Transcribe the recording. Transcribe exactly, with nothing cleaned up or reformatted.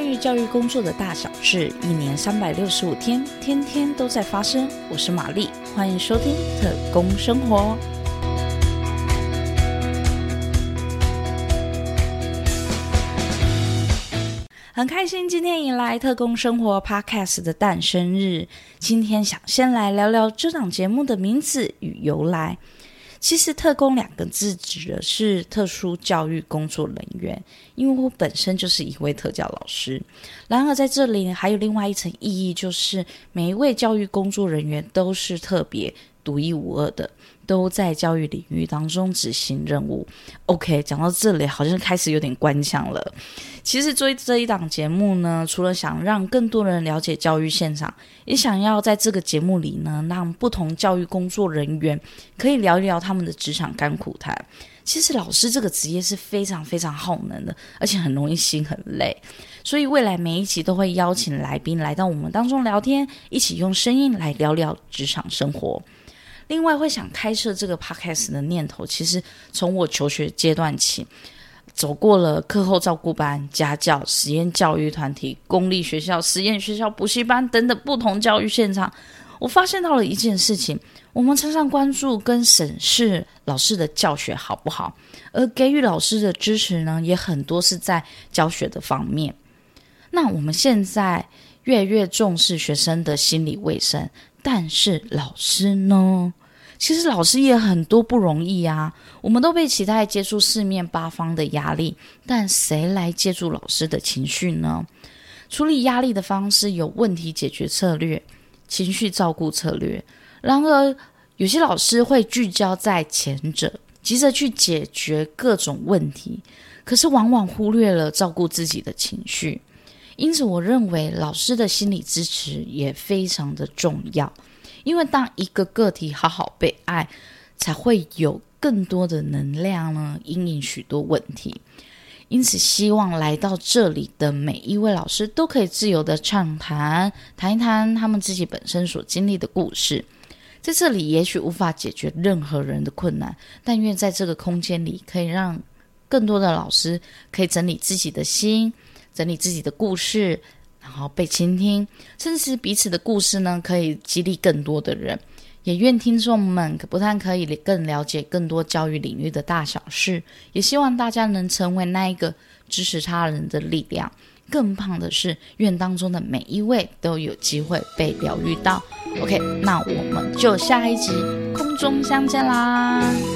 关于教育工作的大小事，一年三百六十五天，天天都在发生。我是玛丽，欢迎收听特工生活。很开心今天迎来特工生活 Podcast 的诞生日。今天想先来聊聊这档节目的名字与由来。其实特工两个字指的是特殊教育工作人员，因为我本身就是一位特教老师。然而在这里还有另外一层意义，就是每一位教育工作人员都是特别独一无二的，都在教育领域当中执行任务。 OK， 讲到这里好像开始有点官腔了。其实做这一档节目呢，除了想让更多人了解教育现场，也想要在这个节目里呢，让不同教育工作人员可以聊一聊他们的职场甘苦谈。其实老师这个职业是非常非常耗能的，而且很容易心很累，所以未来每一集都会邀请来宾来到我们当中聊天，一起用声音来聊聊职场生活。另外会想开设这个 podcast 的念头，其实从我求学阶段起，走过了课后照顾班、家教、实验教育团体、公立学校、实验学校、补习班等等不同教育现场，我发现到了一件事情，我们常常关注跟审视老师的教学好不好，而给予老师的支持呢，也很多是在教学的方面。那我们现在越来越重视学生的心理卫生，但是老师呢？其实老师也很多不容易啊，我们都被期待接触四面八方的压力，但谁来接住老师的情绪呢？处理压力的方式有问题解决策略、情绪照顾策略。然而有些老师会聚焦在前者，急着去解决各种问题，可是往往忽略了照顾自己的情绪。因此我认为老师的心理支持也非常的重要，因为当一个个体好好被爱，才会有更多的能量呢，因应许多问题。因此希望来到这里的每一位老师都可以自由的畅谈，谈一谈他们自己本身所经历的故事。在这里也许无法解决任何人的困难，但愿在这个空间里可以让更多的老师可以整理自己的心，整理自己的故事，然后被倾听，甚至彼此的故事呢，可以激励更多的人。也愿听众们不但可以更了解更多教育领域的大小事，也希望大家能成为那一个支持他人的力量。更棒的是，愿当中的每一位都有机会被疗愈到。 OK， 那我们就下一集空中相见啦。